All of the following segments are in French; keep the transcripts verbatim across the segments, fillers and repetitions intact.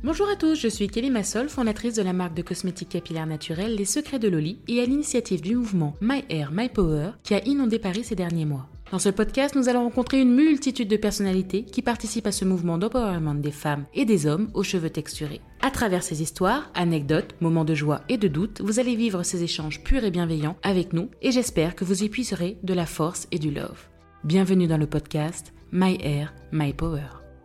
Bonjour à tous, je suis Kelly Massol, fondatrice de la marque de cosmétiques capillaires naturels Les Secrets de Loli et à l'initiative du mouvement My Hair, My Power qui a inondé Paris ces derniers mois. Dans ce podcast, nous allons rencontrer une multitude de personnalités qui participent à ce mouvement d'empowerment des femmes et des hommes aux cheveux texturés. À travers ces histoires, anecdotes, moments de joie et de doute, vous allez vivre ces échanges purs et bienveillants avec nous et j'espère que vous y puiserez de la force et du love. Bienvenue dans le podcast My Hair, My Power.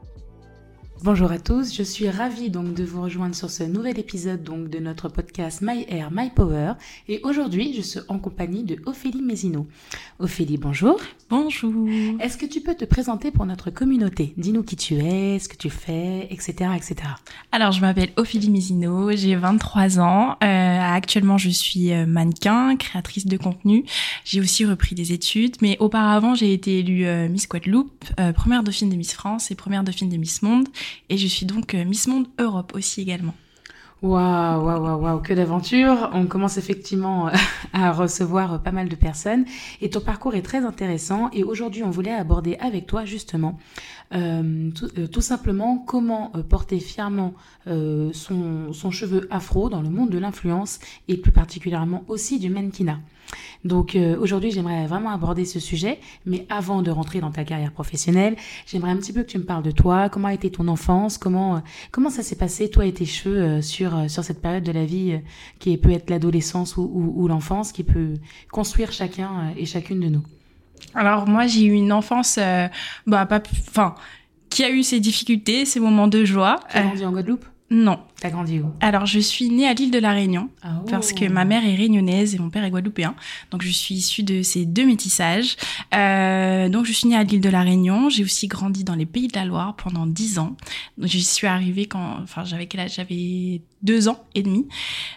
Bonjour à tous, je suis ravie donc de vous rejoindre sur ce nouvel épisode donc de notre podcast My Hair, My Power et aujourd'hui je suis en compagnie de Ophélie Mézineau. Ophélie, bonjour. Bonjour. Est-ce que tu peux te présenter pour notre communauté ? Dis-nous qui tu es, ce que tu fais, et cetera et cetera. Alors je m'appelle Ophélie Mézineau, j'ai vingt-trois ans, euh, actuellement je suis mannequin, créatrice de contenu, j'ai aussi repris des études, mais auparavant j'ai été élue euh, Miss Guadeloupe, euh, première dauphine de Miss France et première dauphine de Miss Monde. Et je suis donc Miss Monde Europe aussi également. Waouh, waouh, waouh, waouh, que d'aventure. On commence effectivement à recevoir pas mal de personnes et ton parcours est très intéressant et aujourd'hui on voulait aborder avec toi justement euh, tout, euh, tout simplement comment euh, porter fièrement euh, son, son cheveu afro dans le monde de l'influence et plus particulièrement aussi du mannequinat. Donc euh, aujourd'hui j'aimerais vraiment aborder ce sujet, mais avant de rentrer dans ta carrière professionnelle, j'aimerais un petit peu que tu me parles de toi, comment a été ton enfance, comment euh, comment ça s'est passé toi et tes cheveux euh, sur euh, sur cette période de la vie euh, qui peut être l'adolescence ou, ou, ou l'enfance, qui peut construire chacun euh, et chacune de nous. Alors moi j'ai eu une enfance, euh, bah pas, enfin qui a eu ses difficultés, ses moments de joie. Tu as grandi euh, en Guadeloupe ? Non. T'as grandi où ? Alors, je suis née à l'île de la Réunion, oh. parce que ma mère est réunionnaise et mon père est guadeloupéen. Donc, je suis issue de ces deux métissages. Euh, donc, je suis née à l'île de la Réunion. J'ai aussi grandi dans les Pays de la Loire pendant dix ans. Donc, j'y suis arrivée quand, enfin, j'avais quel âge ? J'avais deux ans et demi.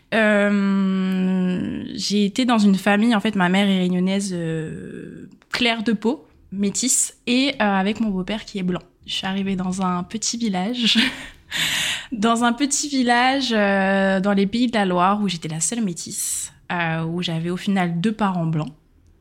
Euh, j'ai été dans une famille, en fait, ma mère est réunionnaise euh, claire de peau, métisse, et euh, avec mon beau-père qui est blanc. Je suis arrivée dans un petit village... Dans un petit village euh, dans les Pays de la Loire où j'étais la seule métisse, euh, où j'avais au final deux parents blancs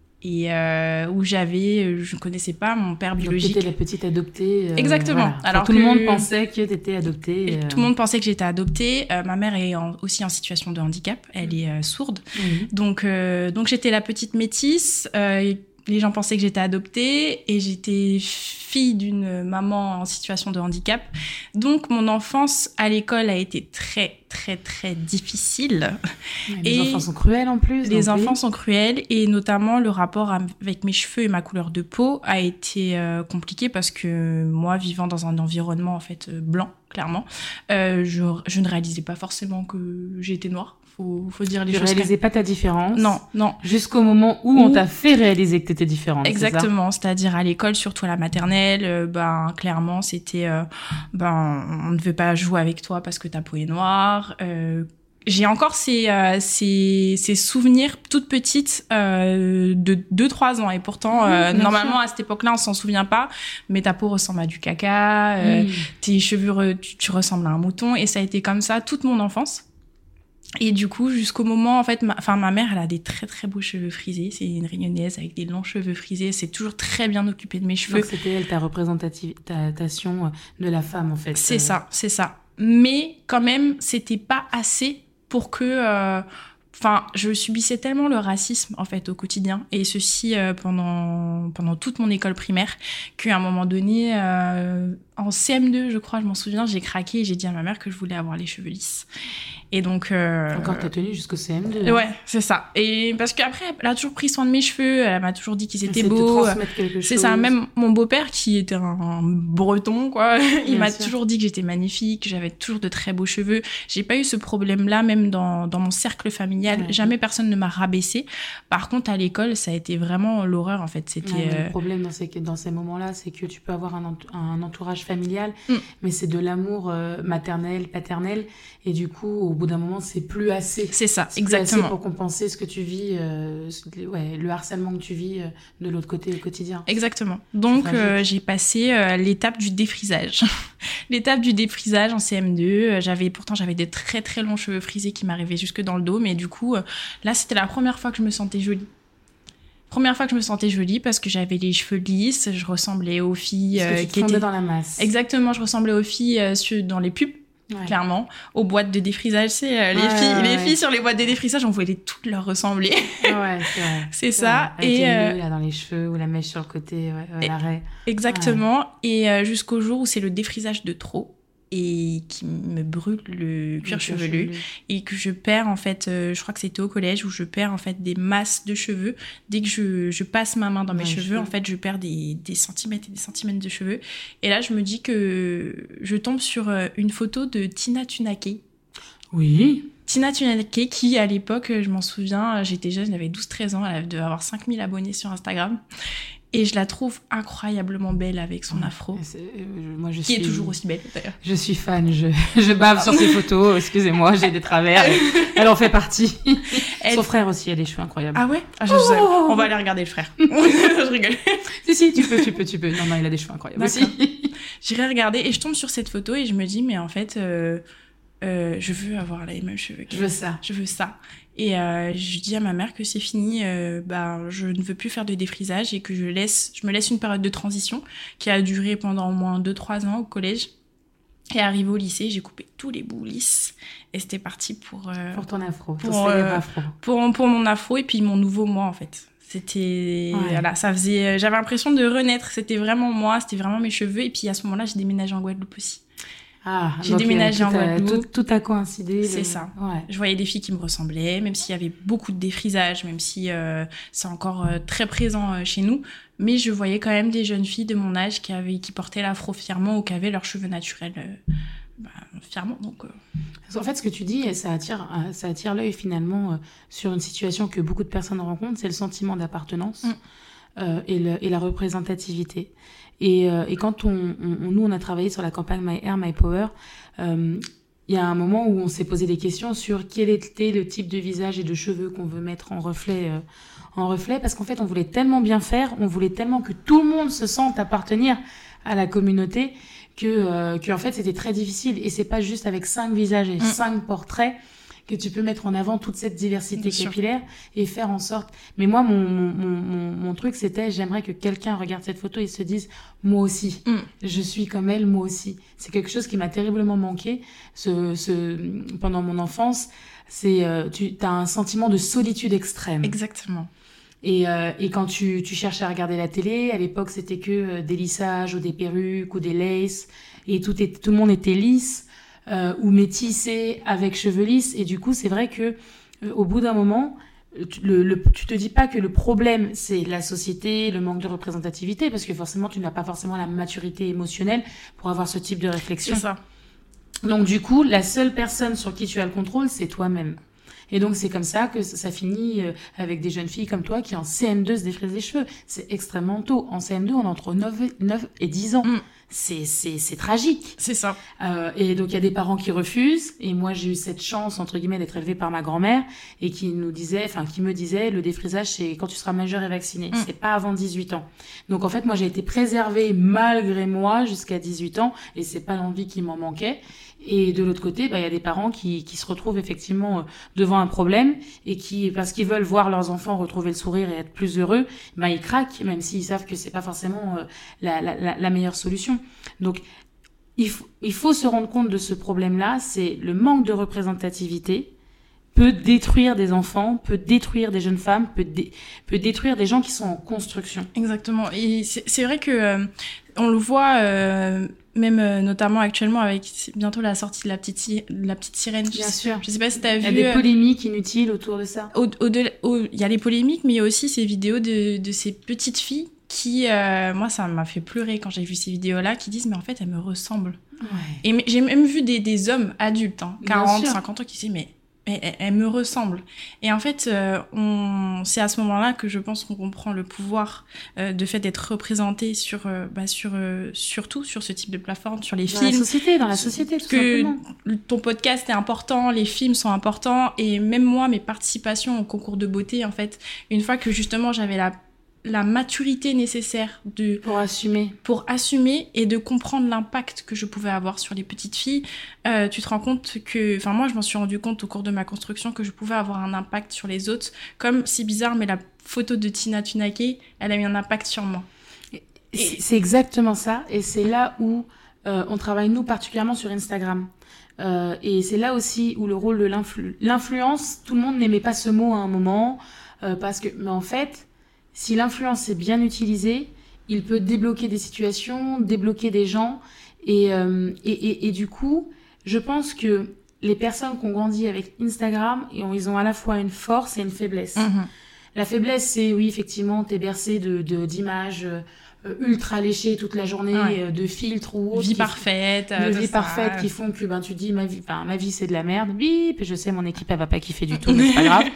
et euh, où j'avais, je ne connaissais pas mon père biologique. Donc t'étais la petite adoptée. Euh, Exactement. Voilà. Alors tout que... le monde pensait que t'étais adoptée. Euh... Tout le monde pensait que j'étais adoptée. Euh, ma mère est en, aussi en situation de handicap. Elle est euh, sourde. Mmh. Donc, euh, donc j'étais la petite métisse. Euh, Les gens pensaient que j'étais adoptée et j'étais fille d'une maman en situation de handicap. Donc, mon enfance à l'école a été très, très, très difficile. Les et enfants sont cruels en plus. Les enfants sont cruels et notamment le rapport avec mes cheveux et ma couleur de peau a été euh, compliqué parce que moi, vivant dans un environnement en fait blanc, clairement, euh, je, je ne réalisais pas forcément que j'étais noire. Faut, faut dire les tu choses. Tu réalisais pas ta différence. Non, non. Jusqu'au moment où, où on t'a fait réaliser que t'étais différente. Exactement. C'est ça C'est-à-dire à l'école, surtout à la maternelle, euh, ben clairement c'était, euh, ben on ne veut pas jouer avec toi parce que ta peau est noire. Euh, J'ai encore ces, euh, ces, ces souvenirs toute petite euh, de deux trois ans et pourtant euh, mmh, normalement sûr. À cette époque-là on s'en souvient pas, mais ta peau ressemble à du caca, euh, mmh. tes cheveux tu, tu ressembles à un mouton et ça a été comme ça toute mon enfance. Et du coup, jusqu'au moment, en fait, ma, enfin, ma mère, elle a des très, très beaux cheveux frisés. C'est une réunionnaise avec des longs cheveux frisés. C'est toujours très bien occupée de mes cheveux. Donc, c'était elle, ta représentation de la femme, en fait. C'est euh... ça, c'est ça. Mais, quand même, c'était pas assez pour que... Euh, Enfin, je subissais tellement le racisme, en fait, au quotidien. Et ceci euh, pendant, pendant toute mon école primaire, qu'à un moment donné, euh, en C M deux, je crois, je m'en souviens, j'ai craqué et j'ai dit à ma mère que je voulais avoir les cheveux lisses. Et donc... Euh, Encore t'as tenu jusqu'au C M deux. Ouais, c'est ça. Et parce qu'après, elle a toujours pris soin de mes cheveux, elle m'a toujours dit qu'ils étaient c'est beaux. De transmettre quelque c'est chose. ça, même mon beau-père, qui était un, un breton, quoi, il Bien m'a sûr. toujours dit que j'étais magnifique, que j'avais toujours de très beaux cheveux. J'ai pas eu ce problème-là, même dans, dans mon cercle familial. Ouais. Jamais personne ne m'a rabaissé. Par contre, à l'école, ça a été vraiment l'horreur, en fait. C'était, ouais, euh... Le problème dans ces, dans ces moments-là, c'est que tu peux avoir un, un entourage familial, mm. mais c'est de l'amour euh, maternel, paternel, et du coup, au bout d'un moment, c'est plus assez. C'est ça, c'est exactement. Plus assez pour compenser ce que tu vis, euh, ouais, le harcèlement que tu vis euh, de l'autre côté au quotidien. Exactement. Donc, euh, j'ai passé euh, l'étape du défrisage. l'étape du défrisage en C M deux. J'avais, pourtant, j'avais des très, très longs cheveux frisés qui m'arrivaient jusque dans le dos, mais du coup, euh, là, c'était la première fois que je me sentais jolie. Première fois que je me sentais jolie parce que j'avais les cheveux lisses, je ressemblais aux filles euh, qui étaient dans la masse. Exactement, je ressemblais aux filles euh, dans les pubs. Ouais. Clairement, aux boîtes de défrisage, c'est euh, les ouais, filles, ouais, les ouais. filles sur les boîtes de défrisage, on voulait toutes leur ressembler. Ouais, c'est vrai. c'est, c'est vrai. ça. Avec et les euh... nœuds, là, dans les cheveux ou la mèche sur le côté, ouais, ouais, et... l'arrêt. Exactement. Ouais. Et euh, jusqu'au jour où c'est le défrisage de trop et qui me brûle le cuir chevelu, chevelu et que je perds en fait, euh, je crois que c'était au collège où je perds en fait des masses de cheveux. Dès que je, je passe ma main dans mes ouais, cheveux, cheveux, en fait, je perds des, des centimètres et des centimètres de cheveux. Et là, je me dis que je tombe sur une photo de Tina Tunake. Oui. Tina Tunake qui, à l'époque, je m'en souviens, j'étais jeune, j'avais douze treize ans, elle devait avoir cinq mille abonnés sur Instagram. Et je la trouve incroyablement belle avec son afro, c'est, euh, moi, je qui suis... est toujours aussi belle d'ailleurs. Je suis fan, je, je bave sur ses photos, excusez-moi, j'ai des travers, elle en fait partie. Elle... Son frère aussi a des cheveux incroyables. Ah ouais ah, je oh sais. On va aller regarder le frère. Je rigole. Si, si, tu peux, tu peux, tu peux. Non, non, il a des cheveux incroyables D'accord. aussi. J'irai regarder et je tombe sur cette photo et je me dis, mais en fait, euh, euh, je veux avoir les mêmes cheveux. Je veux ça. Je veux ça. Et euh, je dis à ma mère que c'est fini, euh, bah, je ne veux plus faire de défrisage et que je laisse, je me laisse une période de transition qui a duré pendant au moins deux trois ans au collège. Et arrivé au lycée, j'ai coupé tous les bouts lisses et c'était parti pour... Euh, pour ton afro, pour, ton euh, afro. Pour, pour mon afro et puis mon nouveau moi en fait. C'était... Ouais. Voilà, ça faisait... J'avais l'impression de renaître, c'était vraiment moi, c'était vraiment mes cheveux. Et puis à ce moment-là, j'ai déménagé en Guadeloupe aussi. Ah, j'ai déménagé en Guadeloupe. Tout, tout a coïncidé. C'est le... ça. Ouais. Je voyais des filles qui me ressemblaient, même s'il y avait beaucoup de défrisage, même si euh, c'est encore euh, très présent euh, chez nous. Mais je voyais quand même des jeunes filles de mon âge qui, avaient, qui portaient l'afro fièrement ou qui avaient leurs cheveux naturels euh, bah, fièrement. Donc, euh... En fait, ce que tu dis, ça attire, ça attire l'œil finalement euh, sur une situation que beaucoup de personnes rencontrent, c'est le sentiment d'appartenance mm. euh, et, le, et la représentativité. Et, euh, et quand on, on, nous, on a travaillé sur la campagne My Hair, My Power, euh, il y a un moment où on s'est posé des questions sur quel était le type de visage et de cheveux qu'on veut mettre en reflet, euh, en reflet, parce qu'en fait, on voulait tellement bien faire, on voulait tellement que tout le monde se sente appartenir à la communauté que, euh, que en fait, c'était très difficile. Et c'est pas juste avec cinq visages et mmh. cinq portraits que tu peux mettre en avant toute cette diversité Bien capillaire sûr. Et faire en sorte... Mais moi, mon, mon, mon, mon truc, c'était, j'aimerais que quelqu'un regarde cette photo et se dise, moi aussi, mm. je suis comme elle, moi aussi. C'est quelque chose qui m'a terriblement manqué ce, ce, pendant mon enfance. C'est, euh, tu as un sentiment de solitude extrême. Exactement. Et, euh, et quand tu, tu cherches à regarder la télé, à l'époque, c'était que euh, des lissages ou des perruques ou des laces. Et tout, est, tout le monde était lisse. Euh, ou métissé avec cheveux lisses, et du coup c'est vrai que euh, au bout d'un moment tu, le, le, tu te dis pas que le problème c'est la société, le manque de représentativité, parce que forcément tu n'as pas forcément la maturité émotionnelle pour avoir ce type de réflexion. C'est ça. Donc du coup la seule personne sur qui tu as le contrôle c'est toi-même. Et donc c'est comme ça que ça, ça finit euh, avec des jeunes filles comme toi qui en C M deux se défrisent les cheveux. C'est extrêmement tôt. En C M deux on est entre neuf et dix ans. Mm. C'est, c'est, c'est tragique. C'est ça. Euh, et donc, il y a des parents qui refusent. Et moi, j'ai eu cette chance, entre guillemets, d'être élevée par ma grand-mère et qui nous disait, enfin, qui me disait, le défrisage, c'est quand tu seras majeur et vacciné. Mm. C'est pas avant dix-huit ans. Donc, en fait, moi, j'ai été préservée malgré moi jusqu'à dix-huit ans et c'est pas l'envie qui m'en manquait. Et de l'autre côté, bah, il y a des parents qui, qui se retrouvent effectivement devant un problème et qui, parce qu'ils veulent voir leurs enfants retrouver le sourire et être plus heureux, bah, ils craquent, même s'ils savent que c'est pas forcément euh, la, la, la meilleure solution. Donc, il faut, il faut se rendre compte de ce problème-là, c'est le manque de représentativité peut détruire des enfants, peut détruire des jeunes femmes, peut, dé, peut détruire des gens qui sont en construction. Exactement. Et c'est, c'est vrai que euh, on le voit euh, même euh, notamment actuellement avec bientôt la sortie de la petite, la petite sirène. Bien je sûr. Sais, je sais pas si t'as vu. Il y a des polémiques inutiles autour de ça. Au, au, de, au, il y a les polémiques, mais il y a aussi ces vidéos de, de ces petites filles qui, euh, moi, ça m'a fait pleurer quand j'ai vu ces vidéos-là, qui disent, mais en fait, elles me ressemblent. Ouais. Et j'ai même vu des, des hommes adultes, hein, quarante, cinquante ans, qui disent, mais elle, elle me ressemble. Et en fait, euh, on, c'est à ce moment-là que je pense qu'on comprend le pouvoir euh, de fait d'être représenté sur, euh, bah, sur, euh, surtout sur ce type de plateforme, sur les dans films. Dans la société, dans la société, tout que simplement. Ton podcast est important, les films sont importants, et même moi, mes participations au concours de beauté, en fait, une fois que justement j'avais la la maturité nécessaire de pour assumer pour assumer et de comprendre l'impact que je pouvais avoir sur les petites filles, euh, tu te rends compte que, enfin moi je m'en suis rendu compte au cours de ma construction que je pouvais avoir un impact sur les autres, comme c'est bizarre mais la photo de Tina Tunake, elle a eu un impact sur moi. Et... c'est exactement ça, et c'est là où euh, on travaille nous particulièrement sur Instagram. Euh, et c'est là aussi où le rôle de l'influ- l'influence, tout le monde n'aimait pas ce mot à un moment, euh, parce que, mais en fait, si l'influence est bien utilisée, il peut débloquer des situations, débloquer des gens, et, euh, et, et, et du coup, je pense que les personnes qui ont grandi avec Instagram, ils ont à la fois une force et une faiblesse. Mmh. La faiblesse, c'est, oui, effectivement, t'es bercé de, de, d'images euh, ultra léchées toute la journée, Ouais. euh, de filtres ou autres. Vie qui- parfaite. De euh, vie tout ça. parfaite qui font que, ben, tu dis, ma vie, enfin, ma vie, c'est de la merde. Bip, je sais, mon équipe, elle va pas kiffer du tout, mais c'est pas grave.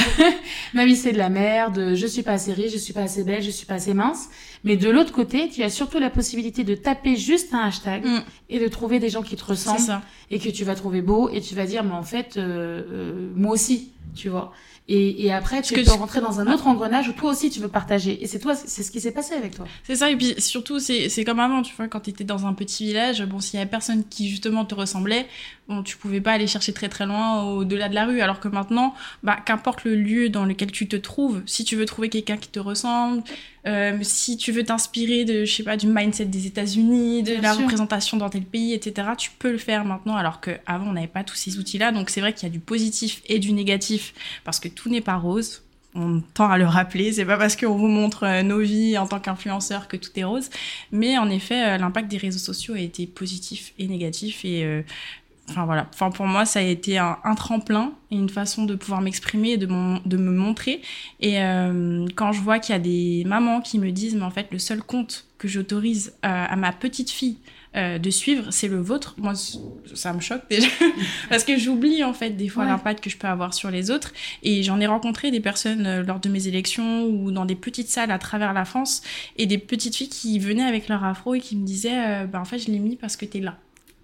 Ma vie, c'est de la merde. Je suis pas assez riche, je suis pas assez belle, je suis pas assez mince. Mais de l'autre côté, tu as surtout la possibilité de taper juste un hashtag Mm. et de trouver des gens qui te C'est ressemblent ça. et que tu vas trouver beau et tu vas dire, mais en fait, euh, euh, moi aussi, tu vois. Et, et après, tu que peux tu- rentrer dans un autre engrenage où toi aussi tu veux partager. Et c'est toi, c'est ce qui s'est passé avec toi. C'est ça, et puis surtout, c'est, c'est comme avant, tu vois, quand t'étais dans un petit village, bon, s'il y avait personne qui justement te ressemblait, bon, tu pouvais pas aller chercher très très loin au-delà de la rue, alors que maintenant, bah, qu'importe le lieu dans lequel tu te trouves, si tu veux trouver quelqu'un qui te ressemble, euh, si tu veux t'inspirer de, je sais pas, du mindset des États-Unis, de Bien la sûr. représentation dans tel pays, et cetera, tu peux le faire maintenant, alors qu'avant, on n'avait pas tous ces outils-là, donc c'est vrai qu'il y a du positif et du négatif, parce que tout n'est pas rose. On tend à le rappeler, c'est pas parce qu'on vous montre euh, nos vies en tant qu'influenceurs que tout est rose, mais en effet, euh, l'impact des réseaux sociaux a été positif et négatif, et euh, enfin voilà, enfin pour moi ça a été un, un tremplin et une façon de pouvoir m'exprimer et de, mon, de me montrer. Et euh, quand je vois qu'il y a des mamans qui me disent, mais en fait le seul compte que j'autorise euh, à ma petite fille euh, de suivre, c'est le vôtre, moi ça me choque déjà parce que j'oublie en fait des fois Ouais. l'impact que je peux avoir sur les autres. Et j'en ai rencontré des personnes euh, lors de mes élections ou dans des petites salles à travers la France, et des petites filles qui venaient avec leur afro et qui me disaient euh, bah en fait je l'ai mis parce que t'es là.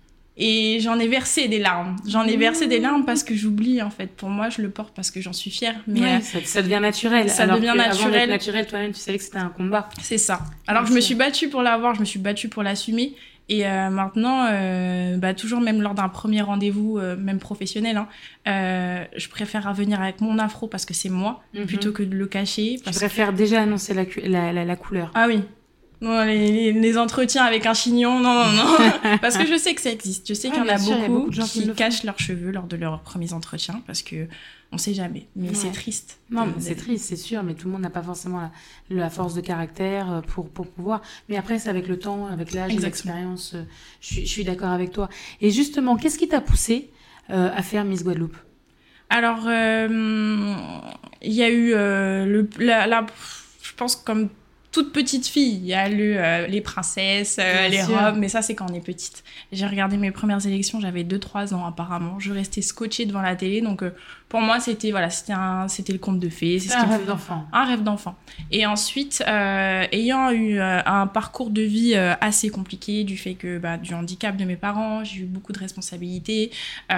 Et j'en ai versé des larmes. J'en ai versé des larmes parce que j'oublie, en fait. Pour moi, je le porte parce que j'en suis fière. Mais Ouais, euh, ça, ça devient naturel. ça Alors devient que naturel. Avant d'être naturel, toi-même, tu savais que c'était un combat. c'est ça. Alors que je Bien me sûr. suis battue pour l'avoir, je me suis battue pour l'assumer. Et euh, maintenant, euh, bah, toujours même lors d'un premier rendez-vous, euh, même professionnel, hein, euh, je préfère venir avec mon afro parce que c'est moi, Mhm. plutôt que de le cacher. Je Parce que... préfère déjà annoncer la, cu- la, la, la couleur. Ah oui. Non, les, les, les entretiens avec un chignon, non, non, non. Parce que je sais que ça existe. Je sais Ouais, qu'il y en a bien sûr, il y a beaucoup, beaucoup de gens qui qui le font. cachent leurs cheveux lors de leurs premiers entretiens parce que on sait jamais. Mais Ouais. c'est triste. Non, De- mais c'est triste, c'est sûr, mais tout le monde n'a pas forcément la, la force de caractère euh, pour, pour pouvoir. Mais après, c'est avec le temps, avec l'âge et Exactement. l'expérience. euh, Je suis, je suis d'accord avec toi. Et justement, qu'est-ce qui t'a poussé euh, à faire Miss Guadeloupe? Alors, euh, il y a eu euh, le, la, la- je pense comme toute petite fille, il y a eu euh, les princesses, euh, Bien les sûr. robes, mais ça c'est quand on est petite. J'ai regardé mes premières élections, j'avais deux trois ans apparemment. Je restais scotchée devant la télé, donc euh, pour moi c'était voilà, c'était un, c'était le conte de fées, c'est C'est ce un qui me rêve d'enfant. un rêve d'enfant. Et ensuite, euh, ayant eu euh, un parcours de vie euh, assez compliqué du fait que bah, du handicap de mes parents, j'ai eu beaucoup de responsabilités,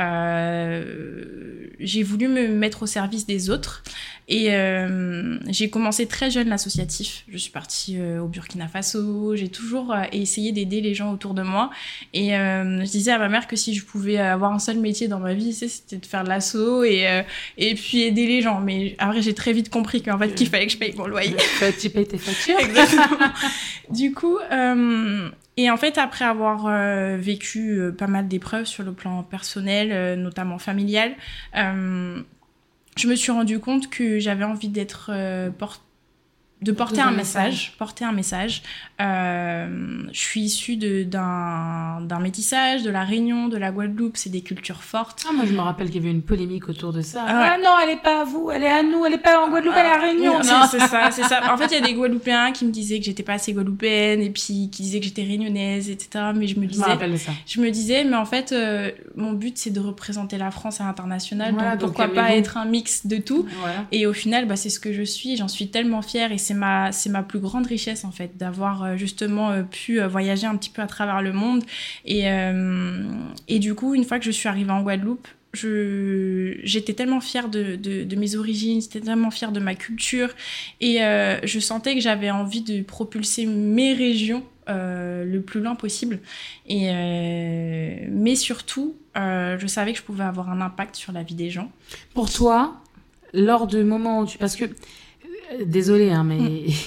euh, j'ai voulu me mettre au service des autres. Et euh, j'ai commencé très jeune l'associatif. Je suis partie euh, au Burkina Faso. J'ai toujours euh, essayé d'aider les gens autour de moi. Et euh, je disais à ma mère que si je pouvais avoir un seul métier dans ma vie, c'est- c'était de faire de l'asso et, euh, et puis aider les gens. Mais après, j'ai très vite compris qu'en fait, qu'il fallait que je paye mon loyer. Fait que tu payes tes factures. Exactement. Du coup, euh, et en fait, après avoir euh, vécu euh, pas mal d'épreuves sur le plan personnel, euh, notamment familial, euh, je me suis rendu compte que j'avais envie d'être euh, porte de porter Porteuse un d'un message, message. porter un message. Euh, je suis issue de- d'un d'un métissage, de la Réunion, de la Guadeloupe, c'est des cultures fortes. Ah, moi, je me rappelle qu'il y avait une polémique autour de ça. Ah ouais. Ah non, elle est pas à vous, elle est à nous, elle est pas en Guadeloupe, elle est à Réunion. Oui, Non. c'est c'est ça, c'est ça. En fait, il y a des Guadeloupéens qui me disaient que j'étais pas assez guadeloupéenne et puis qui disaient que j'étais réunionnaise, et cetera. Mais je me Je me disais, rappelle de ça. je me disais, mais en fait, euh, mon but c'est de représenter la France à l'international, Voilà, donc donc pourquoi pas calmez-vous. être un mix de tout. Voilà. Et au final, bah, c'est ce que je suis. J'en suis tellement fière et c'est ma, c'est ma plus grande richesse en fait d'avoir euh, justement euh, pu euh, voyager un petit peu à travers le monde. Et euh, et du coup, une fois que je suis arrivée en Guadeloupe, je j'étais tellement fière de, de, de mes origines, j'étais tellement fière de ma culture et euh, je sentais que j'avais envie de propulser mes régions euh, le plus loin possible. Et euh, mais surtout, euh, je savais que je pouvais avoir un impact sur la vie des gens. Pour toi, lors du moment où tu... Parce que, euh, désolé, hein, mais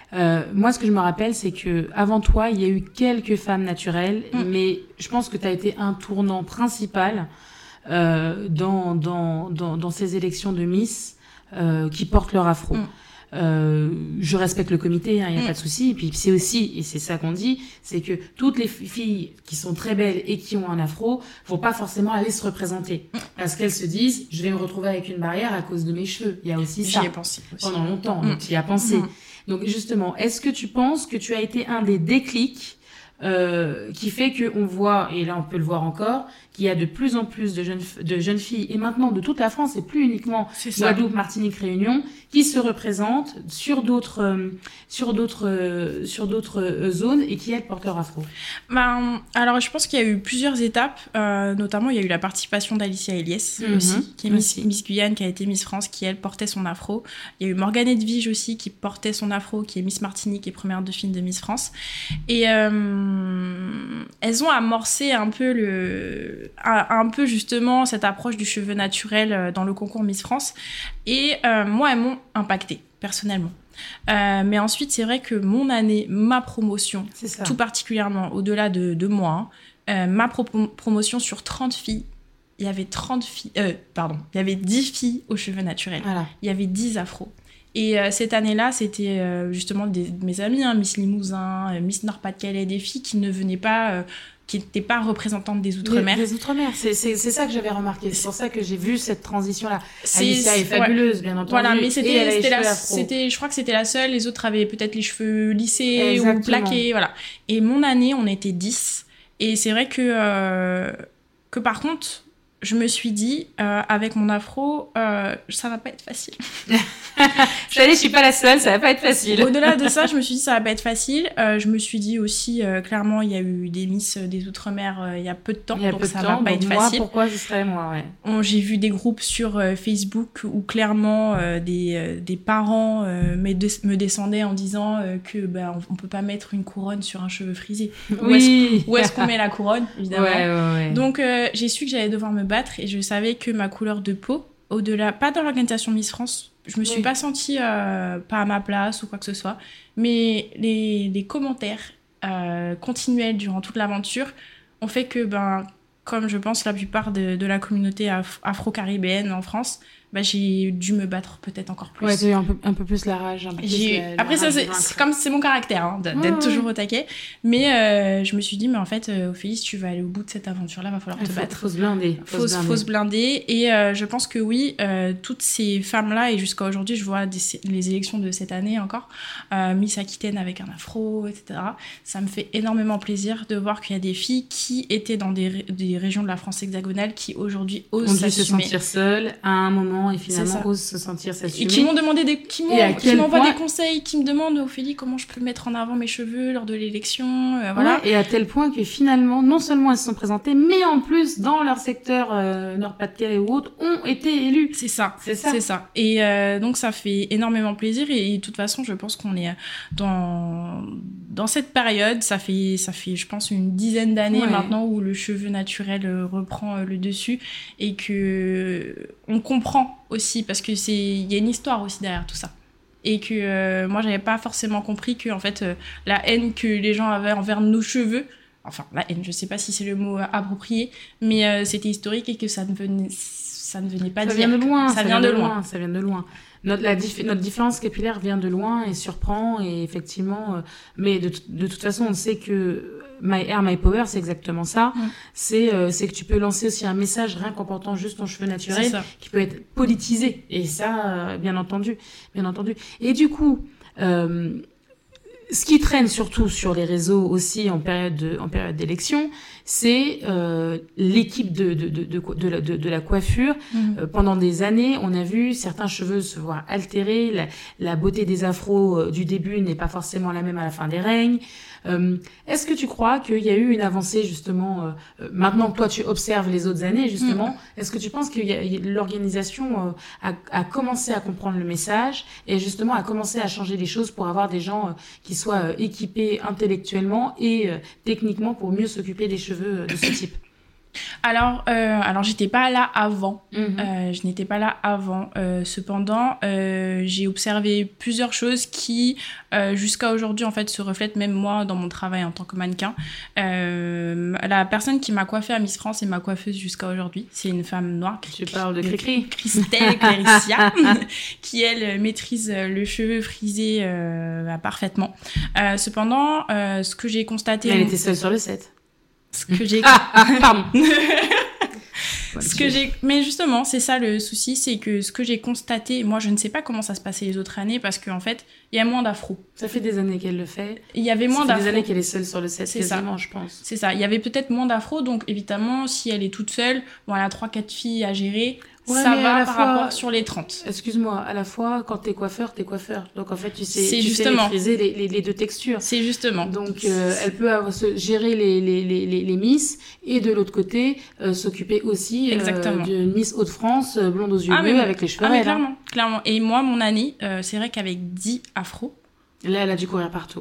Euh, moi, ce que je me rappelle, c'est que avant toi, il y a eu quelques femmes naturelles, mm. mais je pense que tu as été un tournant principal euh, dans, dans, dans, dans ces élections de Miss euh, qui portent leur afro. Mm. Euh, je respecte le comité, il hein, n'y a mm. pas de souci. Et puis c'est aussi, et c'est ça qu'on dit, c'est que toutes les filles qui sont très belles et qui ont un afro vont pas forcément aller se représenter mm. parce qu'elles se disent, je vais me retrouver avec une barrière à cause de mes cheveux. Il y a aussi ça. J'y ai pensé aussi. Pendant longtemps, mm. donc tu y as pensé. Mm. Donc justement, est-ce que tu penses que tu as été un des déclics euh, qui fait que on voit, et là on peut le voir encore, qu'il y a de plus en plus de jeunes de jeunes filles et maintenant de toute la France et plus uniquement Guadeloupe, Martinique, Réunion qui se représentent sur d'autres euh, sur d'autres euh, sur d'autres euh, zones et qui elles portent leur afro. Ben alors je pense qu'il y a eu plusieurs étapes, euh, notamment il y a eu la participation d'Alicia Eliès mm-hmm. aussi, qui est Miss, Miss Guyane, qui a été Miss France, qui elle portait son afro. Il y a eu Morgane Edwige aussi qui portait son afro, qui est Miss Martinique et première dauphine de Miss France. Et euh, elles ont amorcé un peu le un peu justement cette approche du cheveu naturel dans le concours Miss France et euh, moi elles m'ont impactée personnellement euh, mais ensuite c'est vrai que mon année, ma promotion tout particulièrement au-delà de, de moi hein, euh, ma pro- promotion sur trente filles il y avait trente filles euh, pardon il y avait dix filles aux cheveux naturels voilà. Il y avait dix afros. Et euh, cette année-là, c'était euh, justement des, mes amis, hein, Miss Limousin, euh, Miss Nord-Pas-de-Calais, des filles qui ne venaient pas, euh, qui n'étaient pas représentantes des Outre-mer. Des, des Outre-mer, c'est, c'est, c'est ça que j'avais remarqué. C'est pour ça que j'ai vu cette transition-là. C'est, Alicia est fabuleuse, ouais. bien entendu. Voilà, mais c'était, c'était la, c'était, je crois que c'était la seule. Les autres avaient peut-être les cheveux lissés Exactement. Ou plaqués, voilà. Et mon année, on était dix. Et c'est vrai que, euh, que par contre, je me suis dit, euh, avec mon afro, euh, ça va pas être facile. Je suis allée, je suis pas la seule, ça va pas être facile. Au-delà de ça, je me suis dit, ça va pas être facile. Euh, je me suis dit aussi, euh, clairement, il y a eu des Miss des Outre-mer euh, il y a peu de temps, donc ça va pas être moi, facile. Pourquoi ce serait moi, ouais. On, j'ai vu des groupes sur euh, Facebook où clairement euh, des, euh, des parents euh, me, de- me descendaient en disant euh, que bah, on, on peut pas mettre une couronne sur un cheveu frisé. Oui. Où est-ce, où est-ce qu'on met la couronne, évidemment. Ouais, ouais, ouais. Donc euh, j'ai su que j'allais devoir me battre et je savais que ma couleur de peau, au-delà, pas dans l'organisation Miss France, je me suis oui. pas sentie euh, pas à ma place ou quoi que ce soit, mais les, les commentaires euh, continuels durant toute l'aventure ont fait que, ben, comme je pense la plupart de, de la communauté af- afro-caribéenne en France, bah, j'ai dû me battre peut-être encore plus. Ouais, t'as eu un peu, un peu plus la rage. Un peu j'ai... plus la, Après, la ça, rage c'est, c'est comme c'est mon caractère, hein, d'être ouais, toujours ouais. au taquet. Mais euh, je me suis dit, mais en fait, euh, Ophélie, si tu vas aller au bout de cette aventure-là, va falloir te faut, battre. Faut se blinder. Faut, faut, faut se blinder. Et euh, je pense que oui, euh, toutes ces femmes-là, et jusqu'à aujourd'hui, je vois des, les élections de cette année encore, euh, Miss Aquitaine avec un afro, et cetera. Ça me fait énormément plaisir de voir qu'il y a des filles qui étaient dans des, des régions de la France hexagonale qui aujourd'hui osent s'assumer. On dû se sentir seules à un moment et finalement osent se sentir s'assumer. Et qui m'ont demandé des, qui, m'ont, qui m'envoient point... des conseils, qui me demandent, Ophélie, comment je peux mettre en avant mes cheveux lors de l'élection, euh, voilà. Ouais, et à tel point que finalement, non seulement elles se sont présentées, mais en plus, dans leur secteur euh, Nord-Pas-de-Calais ou autre, ont été élues. C'est ça. C'est ça. C'est ça. Et euh, donc, ça fait énormément plaisir. Et, et de toute façon, je pense qu'on est dans, dans cette période, ça fait, ça fait, je pense, une dizaine d'années ouais. maintenant où le cheveu naturel reprend le dessus et que on comprend aussi, parce que c'est, il y a une histoire aussi derrière tout ça. Et que euh, moi, j'avais pas forcément compris que, en fait, euh, la haine que les gens avaient envers nos cheveux, enfin, la haine, je sais pas si c'est le mot approprié, mais euh, c'était historique et que ça ne venait, ça ne venait pas ça dire. Vient de loin, ça, ça vient de loin. loin. Ça vient de loin. Notre, la dif- notre différence capillaire vient de loin et surprend, et effectivement, euh, mais de, t- de toute façon, on sait que My Hair, My Power, c'est exactement ça. Mm. C'est, euh, c'est que tu peux lancer aussi un message rien qu'en portant juste ton cheveu naturel qui peut être politisé. Et ça, euh, bien entendu, bien entendu. Et du coup, euh, ce qui traîne surtout sur les réseaux aussi en période de, en période d'élection, c'est euh, l'équipe de de de de de la, de, de la coiffure. Mmh. Euh, pendant des années, on a vu certains cheveux se voir altérés. La, la beauté des afros euh, du début n'est pas forcément la même à la fin des règnes. Euh, est-ce que tu crois qu'il y a eu une avancée justement euh, maintenant que toi tu observes les autres années justement, mmh. est-ce que tu penses que y a, y a, l'organisation euh, a, a commencé à comprendre le message et justement a commencé à changer les choses pour avoir des gens euh, qui soient euh, équipés intellectuellement et euh, techniquement pour mieux s'occuper des cheveux de ce type? Alors, euh, alors j'étais pas là avant. Mmh. Euh, je n'étais pas là avant. Euh, cependant, euh, j'ai observé plusieurs choses qui, euh, jusqu'à aujourd'hui, en fait, se reflètent même moi dans mon travail en tant que mannequin. Euh, la personne qui m'a coiffée à Miss France et ma coiffeuse jusqu'à aujourd'hui, c'est une femme noire. Tu parles de Cricri. Christelle Cléricia, qui, elle, maîtrise le cheveu frisé euh, parfaitement. Euh, cependant, euh, ce que j'ai constaté... Elle était seule sur le set. Ce que j'ai... Ah, ah, pardon. ce que j'ai... Mais justement, c'est ça le souci, c'est que ce que j'ai constaté, moi je ne sais pas comment ça se passait les autres années, parce qu'en fait, il y a moins d'afro. Ça fait des années qu'elle le fait. Il y avait moins d'afro. Ça fait d'afro. des années qu'elle est seule sur le set, c'est quasiment, ça. je pense. C'est ça, il y avait peut-être moins d'afro, donc évidemment, si elle est toute seule, bon, elle a trois quatre filles à gérer, ouais, ça va par fois... rapport sur les trente. Excuse-moi, à la fois, quand t'es coiffeur, t'es coiffeur. Donc en fait, tu sais, c'est tu justement. sais maîtriser les, les, les deux textures. C'est justement. Donc euh, elle peut avoir, se, gérer les, les, les, les, les Miss et de l'autre côté, euh, s'occuper aussi euh, d'une Miss Hauts-de-France, euh, blonde aux yeux ah, bleus, mais... avec les cheveux ah, raides. Clairement, clairement. Et moi, mon année, euh, c'est vrai qu'avec dix afro. Là, elle a dû courir partout.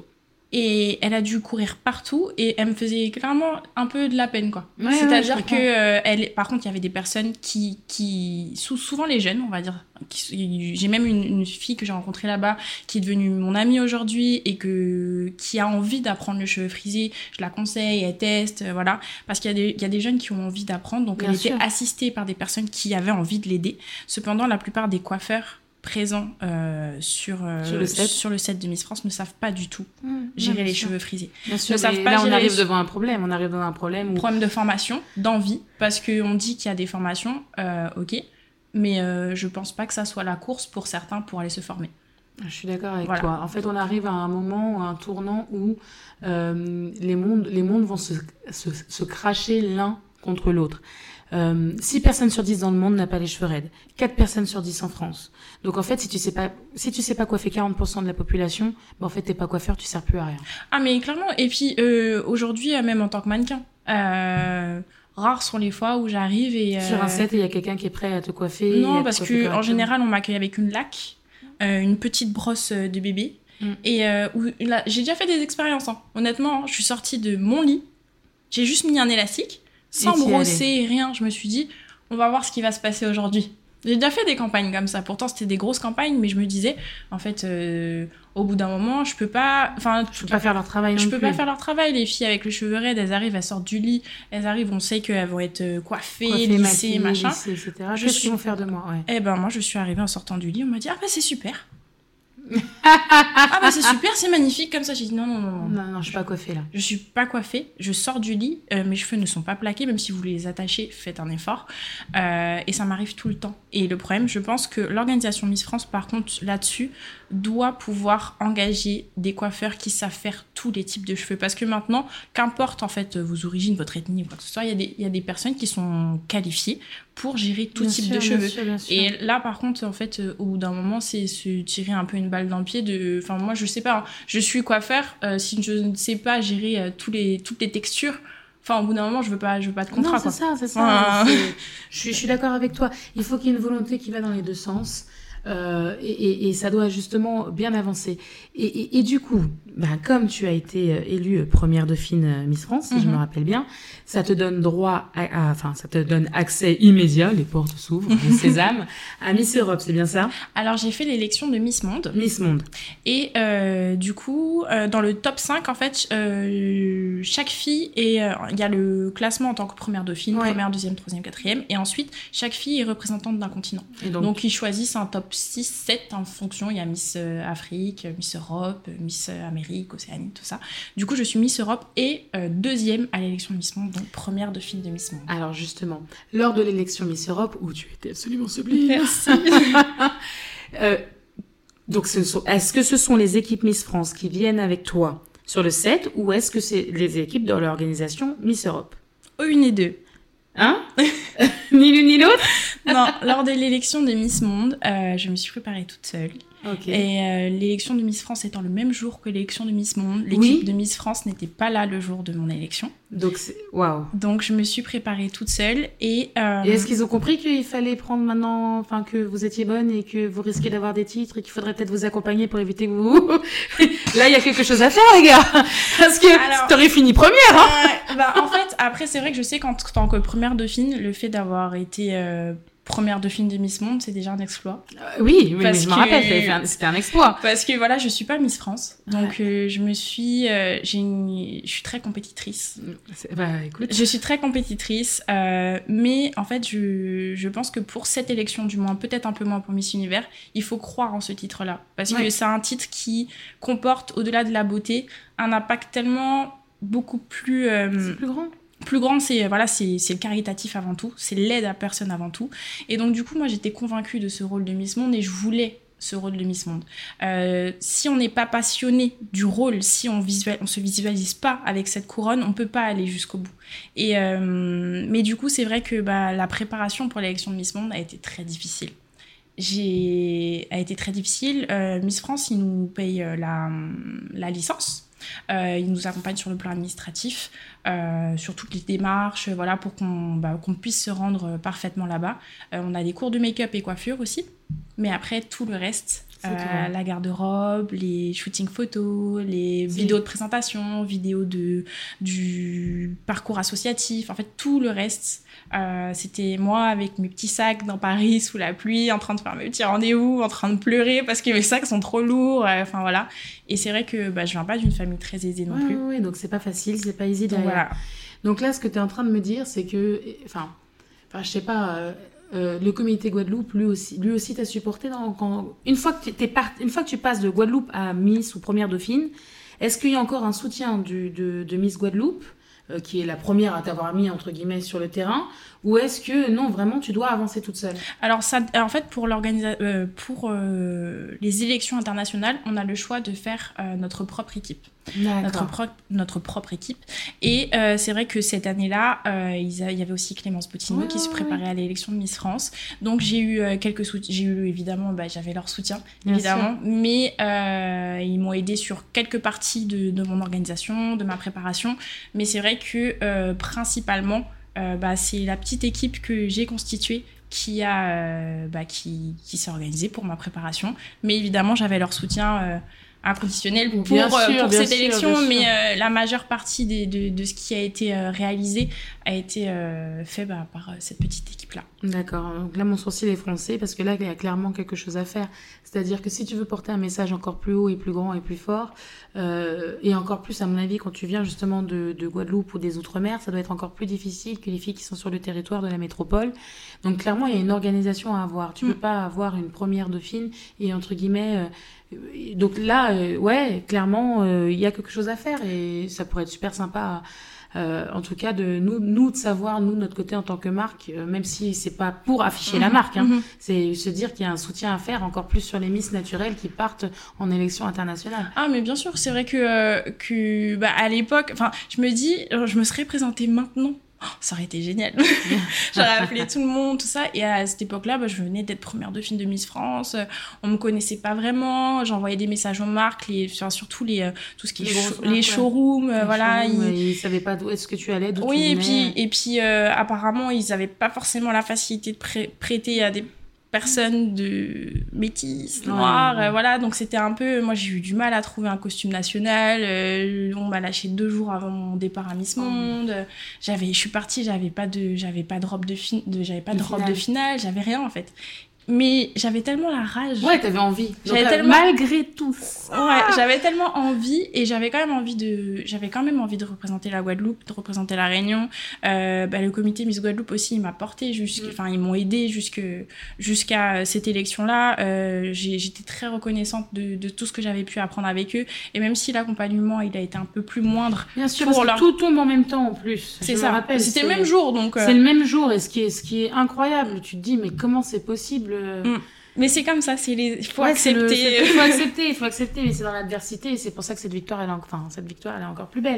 Et elle a dû courir partout et elle me faisait clairement un peu de la peine, quoi. Ouais, c'est-à-dire ouais, que euh, elle, par contre, il y avait des personnes qui, qui, souvent les jeunes, on va dire. Qui, j'ai même une, une fille que j'ai rencontrée là-bas qui est devenue mon amie aujourd'hui et que qui a envie d'apprendre le cheveu frisé. Je la conseille, elle teste, euh, voilà, parce qu'il y a des, il y a des jeunes qui ont envie d'apprendre, donc Bien elle sûr. était assistée par des personnes qui avaient envie de l'aider. Cependant, la plupart des coiffeurs présents euh, sur, euh, sur, le set. sur le set de Miss France ne savent pas du tout mmh, gérer les sûr. cheveux frisés. Bien sûr, ne savent pas là on arrive les... devant un problème, on arrive devant un problème. Où... Problème de formation, d'envie, parce qu'on dit qu'il y a des formations, euh, ok, mais euh, je pense pas que ça soit la course pour certains pour aller se former. Je suis d'accord avec voilà. toi. En fait, on arrive à un moment, à un tournant où euh, les, mondes, les mondes vont se, se, se cracher l'un contre l'autre. Euh, six personnes sur dix dans le monde n'a pas les cheveux raides. quatre personnes sur dix en France. Donc en fait, si tu sais pas, si tu sais pas coiffer quarante pour cent de la population, bah en fait t'es pas coiffeur, tu sers plus à rien. Ah mais clairement. Et puis euh, aujourd'hui, même en tant que mannequin, euh, rares sont les fois où j'arrive et euh... sur un set, il y a quelqu'un qui est prêt à te coiffer. Non, parce que en général, on m'accueille avec une laque, euh, une petite brosse de bébé. Mm. Et euh, où, là, j'ai déjà fait des expériences. Hein. Honnêtement, hein, je suis sortie de mon lit, j'ai juste mis un élastique. Sans brosser, rien, je me suis dit, on va voir ce qui va se passer aujourd'hui. J'ai déjà fait des campagnes comme ça. Pourtant, c'était des grosses campagnes, mais je me disais, en fait, euh, au bout d'un moment, je peux pas... Enfin, je peux pas faire leur travail non Je plus. peux pas faire leur travail. Les filles avec les cheveux raides, elles arrivent, elles sortent du lit, elles arrivent, on sait qu'elles vont être coiffées, coiffées lissées, machin. Lissées, et cetera. Qu'est-ce qu'ils vont faire de moi, ouais. Eh ben, moi, je suis arrivée en sortant du lit, on m'a dit, ah bah c'est super. Ah bah c'est super, c'est magnifique comme ça. J'ai dit non non non non non je suis pas coiffée là. Je suis pas coiffée, je sors du lit, euh, mes cheveux ne sont pas plaqués, même si vous les attachez, faites un effort. Euh, et ça m'arrive tout le temps. Et le problème, je pense que l'organisation Miss France, par contre, là-dessus, doit pouvoir engager des coiffeurs qui savent faire tous les types de cheveux, parce que maintenant, qu'importe en fait vos origines, votre ethnie ou quoi que ce soit, il y a des il y a des personnes qui sont qualifiées pour gérer tout bien type sûr, de cheveux. Bien sûr, bien sûr. Et là, par contre, en fait, euh, au bout d'un moment, c'est se tirer un peu une balle dans le pied de... Enfin, moi, je sais pas, hein. Je suis coiffeur, euh, si je ne sais pas gérer euh, tous les, toutes les textures, enfin, au bout d'un moment, je veux pas, je veux pas de contrat, non, quoi. c'est ça, c'est ça. C'est... Je suis, je suis d'accord avec toi. Il faut qu'il y ait une volonté qui va dans les deux sens. Euh, et, et, et ça doit justement bien avancer. Et, et, et du coup, ben, comme tu as été euh, élue première dauphine euh, Miss France, si mm-hmm. je me rappelle bien, ça te donne droit, à, à, enfin, ça te donne accès immédiat, les portes s'ouvrent, les sésames, à Miss Europe, c'est bien ça? Alors, j'ai fait l'élection de Miss Monde. Miss Monde. Et euh, du coup, euh, dans le top cinq, en fait, euh, chaque fille, il euh, y a le classement en tant que première dauphine, ouais. première, deuxième, troisième, quatrième, et ensuite, chaque fille est représentante d'un continent. Et donc, donc, ils choisissent un top six, sept en fonction. Il y a Miss Afrique, Miss Europe, Miss Amérique, Océanie, tout ça. Du coup, je suis Miss Europe et euh, deuxième à l'élection Miss Monde, donc première dauphine de Miss Monde. Alors justement, lors de l'élection Miss Europe, où tu étais absolument sublime. Merci. euh, donc, ce sont, est-ce que ce sont les équipes Miss France qui viennent avec toi sur le set, ou est-ce que c'est les équipes de l'organisation Miss Europe? Oh, une et deux. Hein? Ni l'une ni l'autre? Non, lors de l'élection de Miss Monde, euh, je me suis préparée toute seule. Okay. Et euh, l'élection de Miss France étant le même jour que l'élection de Miss Monde, l'équipe oui. de Miss France n'était pas là le jour de mon élection. Donc, c'est... Waouh. Donc, je me suis préparée toute seule. Et, euh... et est-ce qu'ils ont compris qu'il fallait prendre maintenant, enfin, que vous étiez bonne et que vous risquez d'avoir des titres et qu'il faudrait peut-être vous accompagner pour éviter que vous... Là, il y a quelque chose à faire, les gars. Parce que Alors, t'aurais fini première, hein. Euh, bah, en fait, après, c'est vrai que je sais qu'en tant que première dauphine, le fait d'avoir été... Euh... première dauphine de Miss Monde, c'est déjà un exploit. Euh, oui, mais, mais je me rappelle, fait un, c'était un exploit. Parce que voilà, je suis pas Miss France, donc ouais. euh, je me suis, euh, j'ai une, je suis très compétitrice. C'est, bah écoute. Je suis très compétitrice, euh, mais en fait, je, je pense que pour cette élection, du moins, peut-être un peu moins pour Miss Univers, il faut croire en ce titre-là, parce ouais. que c'est un titre qui comporte, au-delà de la beauté, un impact tellement beaucoup plus. Euh, c'est plus grand. Plus grand, c'est voilà, c'est c'est le caritatif avant tout, c'est l'aide à personne avant tout. Et donc du coup, moi, j'étais convaincue de ce rôle de Miss Monde et je voulais ce rôle de Miss Monde. Euh, si on n'est pas passionné du rôle, si on visuel, on se visualise pas avec cette couronne, on peut pas aller jusqu'au bout. Et euh, mais du coup, c'est vrai que bah la préparation pour l'élection de Miss Monde a été très difficile. J'ai a été très difficile. Euh, Miss France, ils nous payent la la licence. Euh, ils nous accompagnent sur le plan administratif, euh, sur toutes les démarches, voilà, pour qu'on, bah, qu'on puisse se rendre parfaitement là-bas. Euh, on a des cours de make-up et coiffure aussi, mais après tout le reste, euh, la garde-robe, les shootings photos, les c'est... vidéos de présentation, vidéos de, du parcours associatif, en fait tout le reste. Euh, c'était moi avec mes petits sacs dans Paris sous la pluie, en train de faire mes petits rendez-vous, en train de pleurer parce que mes sacs sont trop lourds, enfin euh, voilà. Et c'est vrai que bah, je viens pas d'une famille très aisée non ouais, plus. Oui, donc c'est pas facile, c'est pas easy donc, derrière. Voilà. Donc là, ce que tu es en train de me dire, c'est que, enfin, enfin je sais pas, euh, euh, le comité Guadeloupe, lui aussi, lui aussi t'a supporté dans, quand, une fois que t'es part, une fois que tu passes de Guadeloupe à Miss ou première dauphine, est-ce qu'il y a encore un soutien du, de, de Miss Guadeloupe? Euh, qui est la première à t'avoir mis entre guillemets sur le terrain, ou est-ce que non, vraiment tu dois avancer toute seule? Alors ça, en fait, pour l'organisa- euh, pour euh, les élections internationales, on a le choix de faire euh, notre propre équipe. Notre, pro- notre propre équipe. Et euh, c'est vrai que cette année-là, euh, il y avait aussi Clémence Bottineau ouais, qui se préparait ouais. à l'élection de Miss France. Donc j'ai eu euh, quelques soutiens. J'ai eu évidemment, bah, j'avais leur soutien, Bien évidemment. Sûr. Mais euh, ils m'ont aidé sur quelques parties de, de mon organisation, de ma préparation. Mais c'est vrai que euh, principalement, euh, bah, c'est la petite équipe que j'ai constituée qui a euh, bah, qui, qui s'est organisée pour ma préparation. Mais évidemment, j'avais leur soutien. Euh, inconditionnel pour, bien sûr, euh, pour bien cette sûr, élection, mais euh, la majeure partie des, de, de ce qui a été euh, réalisé a été euh, fait bah, par euh, cette petite équipe-là. D'accord, donc là mon sourcil est froncé parce que là il y a clairement quelque chose à faire. C'est-à-dire que si tu veux porter un message encore plus haut et plus grand et plus fort, euh, et encore plus à mon avis quand tu viens justement de, de Guadeloupe ou des Outre-mer, ça doit être encore plus difficile que les filles qui sont sur le territoire de la métropole. Donc clairement il y a une organisation à avoir. Tu ne mmh. peux pas avoir une première dauphine et entre guillemets... Euh, donc là, euh, ouais, clairement, il euh, y a quelque chose à faire et ça pourrait être super sympa, euh, en tout cas, de nous, nous de savoir, nous, de notre côté en tant que marque, euh, même si c'est pas pour afficher mmh, la marque, hein, mmh. c'est se dire qu'il y a un soutien à faire encore plus sur les Miss naturelles qui partent en élection internationale. Ah, mais bien sûr, c'est vrai que, euh, que bah, à l'époque, enfin, je me dis, je me serais présentée maintenant. Oh, ça aurait été génial. J'aurais appelé tout le monde, tout ça. Et à cette époque-là, bah, je venais d'être première dauphine de Miss France. On me connaissait pas vraiment. J'envoyais des messages aux marques, les, enfin, surtout les, tout ce qui est les, show, marques, les showrooms, ouais. voilà. Les showrooms, ils... ils savaient pas d'où est-ce que tu allais, d'où oui, tu et venais. puis, et puis, euh, apparemment, ils avaient pas forcément la facilité de pré- prêter à des personnes de métis, noires, ouais, ouais. Euh, voilà, donc c'était un peu, moi j'ai eu du mal à trouver un costume national, euh, on m'a lâché deux jours avant mon départ à Miss Monde, oh. j'avais, je suis partie, j'avais pas de, j'avais pas de robe de, fi- de j'avais pas de, de robe finale. de finale, j'avais rien en fait. Mais j'avais tellement la rage. Ouais, t'avais envie. J'avais Donc, tellement... Malgré tout ça. Ouais, j'avais tellement envie et j'avais quand même envie de, j'avais quand même envie de représenter la Guadeloupe, de représenter la Réunion. Euh, bah, le comité Miss Guadeloupe aussi, il m'a porté jusqu'à, mm. enfin, ils m'ont aidé jusque, jusqu'à cette élection-là. Euh, j'ai, j'étais très reconnaissante de, de tout ce que j'avais pu apprendre avec eux. Et même si l'accompagnement, il a été un peu plus moindre. Bien sûr, parce leur... que tout tombe en même temps en plus. C'est je ça. Me rappelle, C'était c'est... le même jour, donc. Euh... C'est le même jour et ce qui est, ce qui est incroyable, tu te dis, mais comment c'est possible? Mm. Mais c'est comme ça, c'est les, il faut ouais, accepter. Il faut accepter, il faut accepter, mais c'est dans l'adversité et c'est pour ça que cette victoire, elle est, en... enfin, cette victoire, elle est encore plus belle.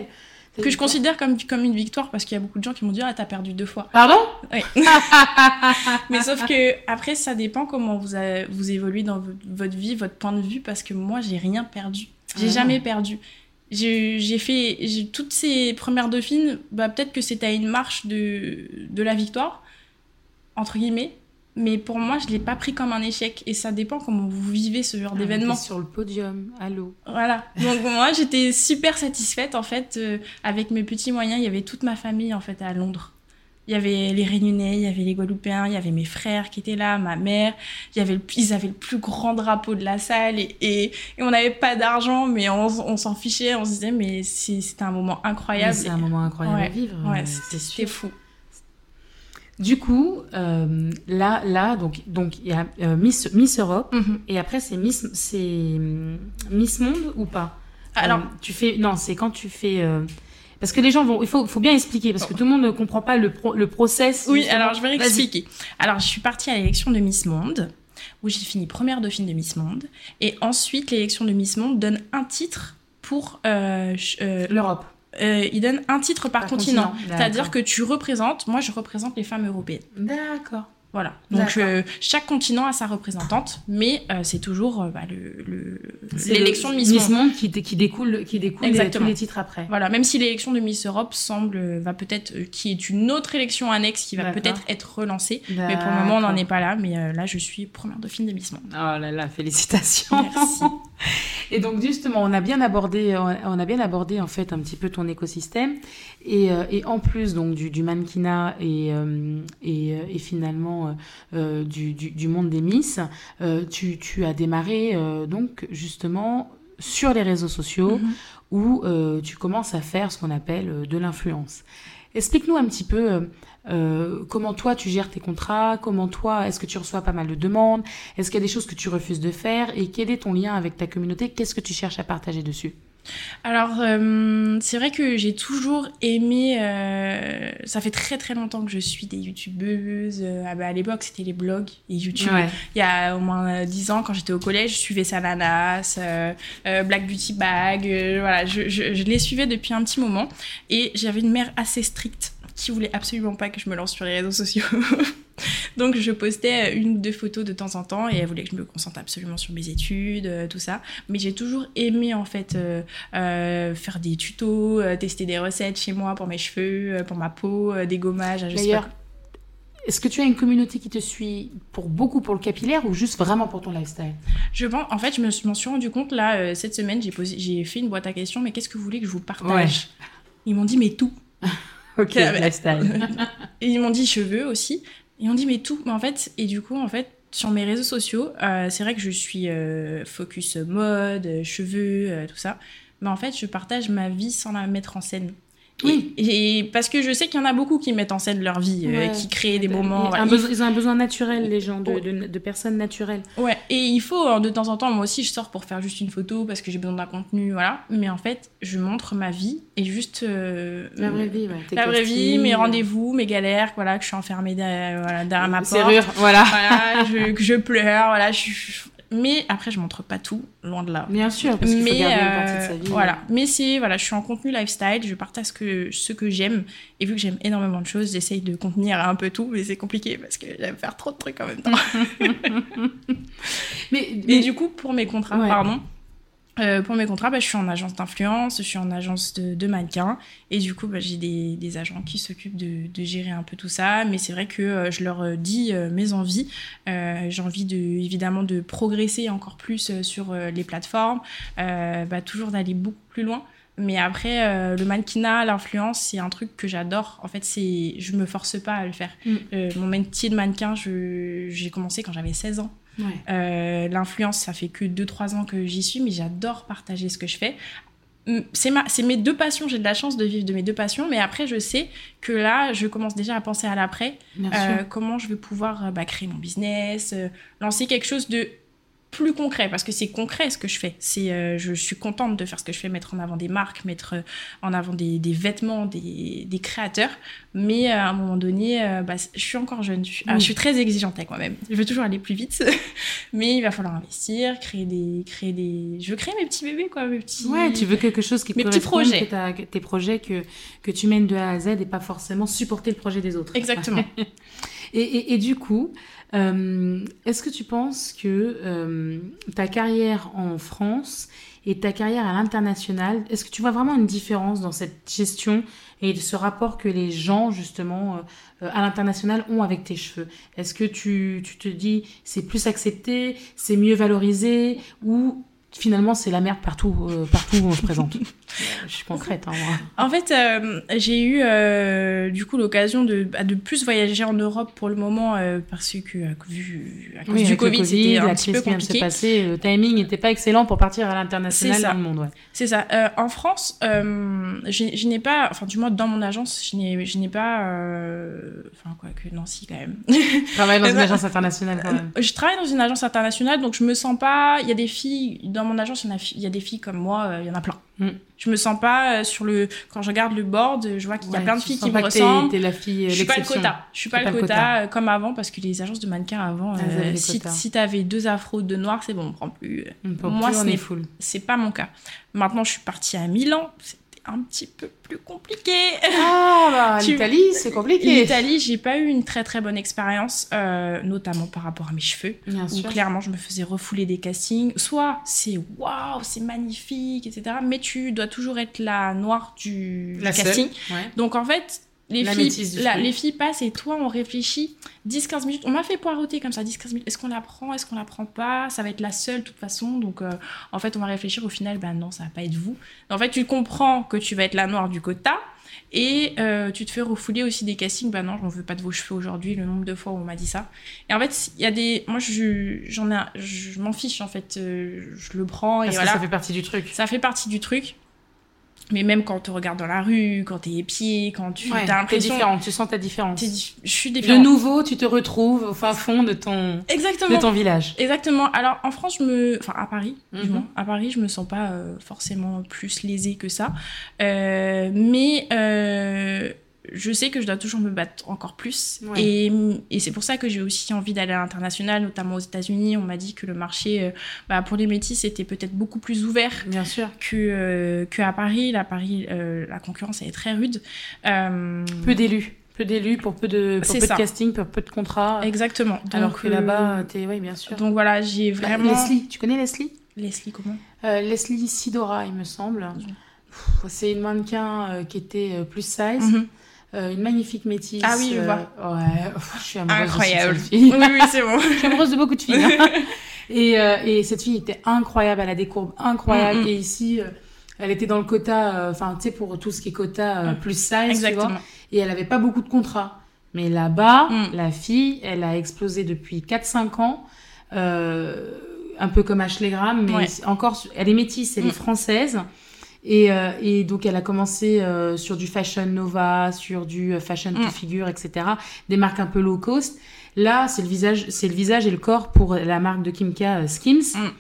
Que je victoire. considère comme, comme une victoire parce qu'il y a beaucoup de gens qui m'ont dit « Ah, t'as perdu deux fois. » Pardon ? Oui. Mais sauf que après, ça dépend comment vous, a, vous évoluez dans v- votre vie, votre point de vue, parce que moi, j'ai rien perdu. J'ai ah. jamais perdu. J'ai, j'ai fait j'ai, toutes ces premières dauphines, bah, peut-être que c'était à une marche de, de la victoire, entre guillemets. Mais pour moi, je ne l'ai pas pris comme un échec. Et ça dépend comment vous vivez ce genre ah, d'événement. Sur le podium, allô. Voilà. Donc moi, j'étais super satisfaite, en fait. Euh, avec mes petits moyens, il y avait toute ma famille, en fait, à Londres. Il y avait les Réunionnais, il y avait les Guadeloupéens, il y avait mes frères qui étaient là, ma mère. Il y avait le, ils avaient le plus grand drapeau de la salle. Et, et, et on n'avait pas d'argent, mais on, on s'en fichait. On se disait, mais c'est, c'était un moment incroyable. Mais c'est un moment incroyable ouais. à vivre. Ouais, euh, c'était, c'était fou. Du coup, euh, là, là, donc, donc il y a euh, Miss, Miss Europe, mm-hmm. et après c'est Miss, c'est Miss Monde ou pas ? Alors, euh, tu fais, non, c'est quand tu fais, euh, parce que les gens vont, il faut, faut bien expliquer, parce que tout le monde ne comprend pas le, pro, le process. Oui, alors je vais expliquer. Alors, je suis partie à l'élection de Miss Monde, où j'ai fini première dauphine de Miss Monde, et ensuite l'élection de Miss Monde donne un titre pour euh, euh, l'Europe. Euh, il donne un titre par, par continent. continent. C'est-à-dire que tu représentes, moi je représente les femmes européennes. D'accord. Voilà. Donc euh, chaque continent a sa représentante, mais euh, c'est toujours euh, bah, le, le, l'élection le, de Miss, Miss Monde, Monde qui, qui découle, qui découle les, tous les titres après. Voilà. Même si l'élection de Miss Europe semble, va peut-être, euh, qui est une autre élection annexe qui va D'accord. peut-être être relancée, D'accord. mais pour le moment on n'en est pas là. Mais euh, là je suis première dauphine de Miss Monde. Oh là là, félicitations. Merci. Et donc justement, on a bien abordé, on a bien abordé en fait un petit peu ton écosystème, et, euh, et en plus donc du, du mannequinat et euh, et, et finalement euh, du, du, du monde des Miss, euh, tu, tu as démarré euh, donc justement sur les réseaux sociaux mm-hmm. où euh, tu commences à faire ce qu'on appelle euh, de l'influence. Explique-nous un petit peu euh, euh, comment toi tu gères tes contrats, comment toi, est-ce que tu reçois pas mal de demandes, est-ce qu'il y a des choses que tu refuses de faire et quel est ton lien avec ta communauté, qu'est-ce que tu cherches à partager dessus ? Alors, euh, c'est vrai que j'ai toujours aimé... Euh, ça fait très très longtemps que je suis des youtubeuses. Euh, ah bah à l'époque, c'était les blogs et YouTube. Ouais. Il y a au moins dix ans, quand j'étais au collège, je suivais Sananas, euh, euh, Black Beauty Bag. Euh, voilà, je, je, je les suivais depuis un petit moment. Et j'avais une mère assez stricte qui voulait absolument pas que je me lance sur les réseaux sociaux. Donc je postais une ou deux photos de temps en temps et elle voulait que je me concentre absolument sur mes études, euh, tout ça. Mais j'ai toujours aimé en fait euh, euh, faire des tutos, euh, tester des recettes chez moi pour mes cheveux, euh, pour ma peau, euh, des gommages. Je D'ailleurs, sais pas. Est-ce que tu as une communauté qui te suit pour beaucoup pour le capillaire ou juste vraiment pour ton lifestyle ? Je pense, en fait, je me, je m'en suis rendu compte là euh, cette semaine, j'ai posé, j'ai fait une boîte à questions. Mais qu'est-ce que vous voulez que je vous partage ? Ouais. Ils m'ont dit mais tout. Ok, lifestyle. Et ils m'ont dit cheveux aussi. Et on dit mais tout, mais en fait, et du coup, en fait, sur mes réseaux sociaux, euh, c'est vrai que je suis euh, focus mode, cheveux, euh, tout ça. Mais en fait, je partage ma vie sans la mettre en scène. Oui. Et, et parce que je sais qu'il y en a beaucoup qui mettent en scène leur vie, ouais. euh, qui créent des moments. Voilà. Besoin, ils ont un besoin naturel, les gens, de, oh. de, de personnes naturelles. Ouais, et il faut, de temps en temps, moi aussi, je sors pour faire juste une photo parce que j'ai besoin d'un contenu, voilà. Mais en fait, je montre ma vie et juste. Euh, la vraie vie, ouais. La vraie vie, mes rendez-vous, mes galères, voilà, que je suis enfermée derrière, voilà, derrière ma porte. Serrure, voilà. Voilà, je, que je pleure, voilà, je suis. Mais après, je montre pas tout, loin de là. Bien sûr, parce qu'il mais, faut garder euh, une partie de sa vie. Voilà. Ouais. Mais c'est, voilà, je suis en contenu lifestyle, je partage ce que, ce que j'aime. Et vu que j'aime énormément de choses, j'essaye de contenir un peu tout, mais c'est compliqué parce que j'aime faire trop de trucs en même temps. mais, mais et du coup, pour mes contrats, ouais. pardon, Euh, pour mes contrats, bah, je suis en agence d'influence, je suis en agence de, de mannequins et du coup bah, j'ai des, des agents qui s'occupent de, de gérer un peu tout ça, mais c'est vrai que euh, je leur dis euh, mes envies. Euh, j'ai envie de, évidemment de progresser encore plus euh, sur euh, les plateformes, euh, bah, toujours d'aller beaucoup plus loin. Mais après, euh, le mannequinat, l'influence, c'est un truc que j'adore. En fait, c'est, je me force pas à le faire. Mm. Euh, mon métier de mannequin, je, j'ai commencé quand j'avais seize ans. Ouais. Euh, l'influence, ça fait que deux trois ans que j'y suis, mais j'adore partager ce que je fais. C'est, ma, c'est mes deux passions, j'ai de la chance de vivre de mes deux passions, mais après, je sais que là, je commence déjà à penser à l'après. Euh, comment je vais pouvoir bah, créer mon business, euh, lancer quelque chose de plus concret, parce que c'est concret ce que je fais. C'est, euh, je suis contente de faire ce que je fais, mettre en avant des marques, mettre en avant des, des vêtements, des, des créateurs. Mais euh, à un moment donné, euh, bah, je suis encore jeune. Je suis, oui. ah, je suis très exigeante avec moi-même. Je veux toujours aller plus vite. Mais il va falloir investir, créer des, créer des... Je veux créer mes petits bébés, quoi. Mes petits... Ouais, tu veux quelque chose qui te mes petits projets. Que t'as, que tes projets que, que tu mènes de A à Z et pas forcément supporter le projet des autres. Exactement. et, et, et du coup... Euh, est-ce que tu penses que euh, ta carrière en France et ta carrière à l'international, est-ce que tu vois vraiment une différence dans cette gestion et ce rapport que les gens justement euh, à l'international ont avec tes cheveux? Est-ce que tu, tu te dis c'est plus accepté, c'est mieux valorisé ou finalement c'est la merde partout, euh, partout où on se présente? Je suis concrète, hein, moi. En fait, euh, j'ai eu euh, du coup l'occasion de, de plus voyager en Europe pour le moment euh, parce que à, vu, à cause oui, du COVID, COVID, c'était un la petit peu crise qui vient de se compliqué. passer, le timing n'était pas excellent pour partir à l'international dans le monde. Ouais. C'est ça. Euh, en France, euh, je, je n'ai pas, enfin du moins dans mon agence, je n'ai, je n'ai pas, euh, enfin quoi que Nancy quand même. Je travaille dans une agence internationale quand même. Je travaille dans une agence internationale, donc je me sens pas. Il y a des filles dans mon agence, il y, en a, il y a des filles comme moi, euh, il y en a plein. Mm. Je me sens pas euh, sur le. Quand je regarde le board, je vois qu'il y a ouais, plein de filles qui me ressemblent. T'es la fille, euh, je suis pas le quota. Je suis pas, pas le quota, quota euh, comme avant parce que les agences de mannequins avant, ah, euh, si, si t'avais deux afros, deux noirs, c'est bon, on prend plus. On prend Moi, plus, ce on n'est est full. C'est pas mon cas. Maintenant, je suis partie à Milan. C'était un petit peu plus compliqué. Ah bah tu... l'Italie, c'est compliqué. L'Italie, j'ai pas eu une très très bonne expérience, euh, notamment par rapport à mes cheveux. Bien où sûr. Clairement, je me faisais refouler des castings. Soit c'est waouh, c'est magnifique, et cetera. Mais tu dois toujours être la noire du, la du casting. Seule, ouais. Donc en fait. Les la filles, la, les filles passent et toi, on réfléchit dix à quinze minutes. On m'a fait poireauter comme ça, dix à quinze minutes. Est-ce qu'on la prend? Est-ce qu'on la prend pas? Ça va être la seule, de toute façon. Donc, euh, en fait, on va réfléchir. Au final, ben non, ça va pas être vous. En fait, tu comprends que tu vas être la noire du quota et euh, tu te fais refouler aussi des castings. Ben non, je ne veux pas de vos cheveux aujourd'hui. Le nombre de fois où on m'a dit ça. Et en fait, il y a des... Moi, je, j'en ai un... je m'en fiche, en fait. Euh, je le prends et Parce voilà. que ça fait partie du truc. Ça fait partie du truc. Mais même quand on te regarde dans la rue, quand t'es épié, quand tu ouais, as l'impression... T'es différente, tu sens ta différence. Di... Je suis différente. De nouveau, tu te retrouves au fin fond de ton, Exactement. de ton village. Exactement. Alors, en France, je me... Enfin, à Paris, mm-hmm. du moins. À Paris, je me sens pas euh, forcément plus lésée que ça. Euh, mais... Euh... je sais que je dois toujours me battre encore plus. Ouais. Et, et c'est pour ça que j'ai aussi envie d'aller à l'international, notamment aux États-Unis. On m'a dit que le marché, euh, bah, pour les métis, était peut-être beaucoup plus ouvert. Bien sûr. Que, euh, qu'à Paris. À Paris, euh, la concurrence, elle est très rude. Euh... Peu d'élus. Peu d'élus pour peu de, pour peu de casting, pour peu de contrats. Exactement. Donc, alors que euh... là-bas, t'es... Oui, bien sûr. Donc voilà, j'ai vraiment... Bah, Leslie, tu connais Leslie? Leslie, comment euh, Leslie Sidora, il me semble. Mmh. Pff, c'est une mannequin euh, qui était euh, plus size. Mmh. Euh, une magnifique métisse. Ah oui, je vois. Euh, ouais, je suis amoureuse incroyable. de cette fille. Oui, oui, c'est bon. Je suis amoureuse de beaucoup de filles. Hein. et, euh, et cette fille était incroyable, elle a des courbes incroyables. Mm-hmm. Et ici, euh, elle était dans le quota, enfin, euh, tu sais, pour tout ce qui est quota euh, plus size, exactement. Tu vois. Et elle avait pas beaucoup de contrats. Mais là-bas, mm. la fille, elle a explosé depuis quatre cinq ans. Euh, un peu comme Ashley Graham, mais ouais. encore, elle est métisse, elle mm. est française. Et, euh, et donc, elle a commencé euh, sur du Fashion Nova, sur du Fashion to mm. Figure, et cetera. Des marques un peu low cost. Là, c'est le visage, c'est le visage et le corps pour la marque de Kimka, euh, Skims. Mm.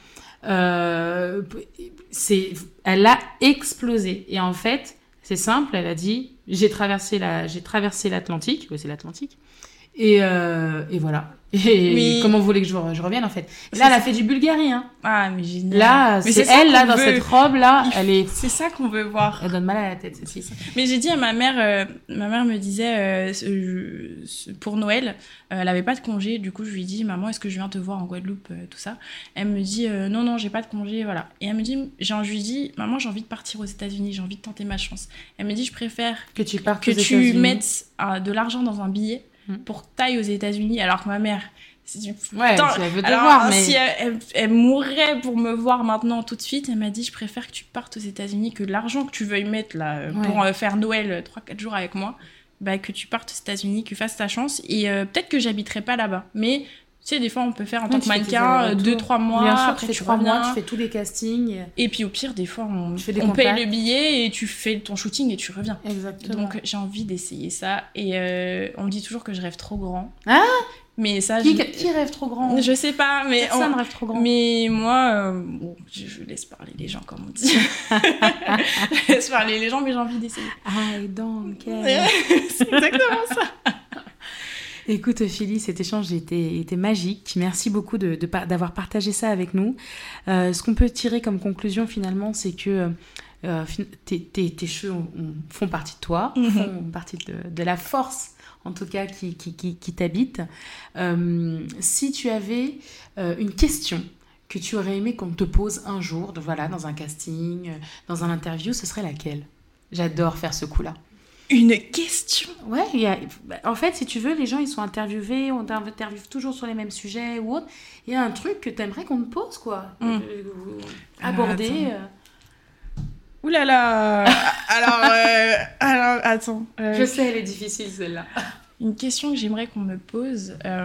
Euh, c'est, elle a explosé. Et en fait, c'est simple, elle a dit, j'ai traversé la, j'ai traversé l'Atlantique. Oui, c'est l'Atlantique. Et, euh, et voilà. Et oui. Comment vous voulez que je, je revienne, en fait? Là, c'est elle a fait du Bulgarie, hein. Ah, mais génial. Là, mais c'est, c'est elle, là, dans veut. cette robe-là, Il... elle est... C'est ça qu'on veut voir. Elle donne mal à la tête, c'est ça. Mais j'ai dit à ma mère, euh, ma mère me disait, euh, je, pour Noël, euh, elle avait pas de congé, du coup, je lui ai dit, maman, est-ce que je viens te voir en Guadeloupe, euh, tout ça? Elle me dit, euh, non, non, j'ai pas de congé, voilà. Et elle me dit, genre, je lui dis, maman, j'ai envie de partir aux États-Unis, j'ai envie de tenter ma chance. Elle me dit, je préfère que tu partes que aux tu États-Unis. mettes euh, de l'argent dans un billet mmh. pour que t'ailles aux États-Unis, alors que ma mère... Du... Ouais, Attends, elle veut te alors, voir, mais... si elle, elle, elle mourrait pour me voir maintenant tout de suite, elle m'a dit, je préfère que tu partes aux États-Unis, que l'argent que tu veuilles mettre là, ouais. pour euh, faire Noël trois quatre jours avec moi, bah, que tu partes aux États-Unis, que tu fasses ta chance, et euh, peut-être que j'habiterai pas là-bas, mais Tu sais, des fois, on peut faire en Ouais, tant que tu fais tes mannequin allers-retours. deux, trois mois. Bien sûr, après, tu fais tu trois reviens. mois, tu fais tous les castings. Et puis, au pire, des fois, on, Tu fais des on paye contacts. le billet et tu fais ton shooting et tu reviens. Exactement. Donc, j'ai envie d'essayer ça. Et euh, on me dit toujours que je rêve trop grand. Ah Mais ça, qui, je... qui rêve trop grand? Je sais pas, mais... Personne on- rêve trop grand. Mais moi, euh, bon, je, je laisse parler les gens, comme on dit. Je laisse parler les gens, mais j'ai envie d'essayer. I don't care. C'est exactement ça. Écoute, Ophélie, cet échange était, était magique. Merci beaucoup de, de par- d'avoir partagé ça avec nous. Euh, ce qu'on peut tirer comme conclusion, finalement, c'est que euh, fin- tes, tes, tes cheveux ont- ont- font partie de toi, Mhm. font partie de, de la force, en tout cas, qui, qui, qui, qui t'habite. Euh, si tu avais euh, une question que tu aurais aimé qu'on te pose un jour, de, voilà, dans un casting, euh, dans un interview, ce serait laquelle? J'adore faire ce coup-là. Une question. Ouais, il y a... en fait, si tu veux, les gens, ils sont interviewés, on t'interviewe toujours sur les mêmes sujets ou autre. Il y a un truc que t'aimerais qu'on te pose, quoi. Mm. Euh, aborder. Alors, euh. Ouh là là. Alors, euh, alors, attends. Euh, Je sais, elle est difficile, celle-là. Une question que j'aimerais qu'on me pose. euh,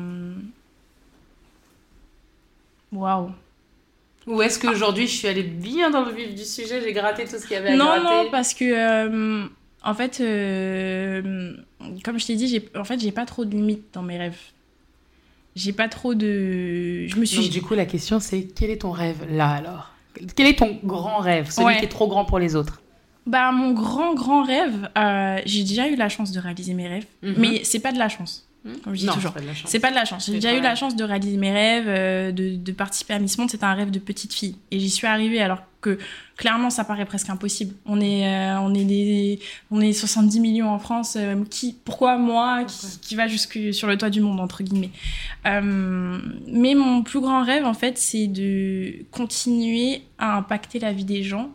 Waouh. Ou est-ce qu'aujourd'hui, je suis allée bien dans le vif du sujet, j'ai gratté tout ce qu'il y avait à Non, gratter? non, parce que, euh, en fait, euh, comme je t'ai dit, j'ai, en fait, j'ai pas trop de limites dans mes rêves. J'ai pas trop de... Je me suis... Donc, du coup, la question, c'est quel est ton rêve, là, alors? Quel est ton grand rêve, celui Ouais. qui est trop grand pour les autres? Bah, mon grand, grand rêve, euh, j'ai déjà eu la chance de réaliser mes rêves, Mhm. mais c'est pas de la chance, comme je dis Non, toujours. c'est pas de la chance. C'est pas de la chance. J'ai C'est déjà pas eu vrai. la chance de réaliser mes rêves, euh, de, de participer à Miss Monde. C'était un rêve de petite fille. Et j'y suis arrivée alors que, clairement, ça paraît presque impossible. On est, euh, on est, des, on est soixante-dix millions en France. euh, qui, pourquoi moi, qui, Pourquoi qui va jusque sur le toit du monde, entre guillemets. Euh, mais mon plus grand rêve, en fait, c'est de continuer à impacter la vie des gens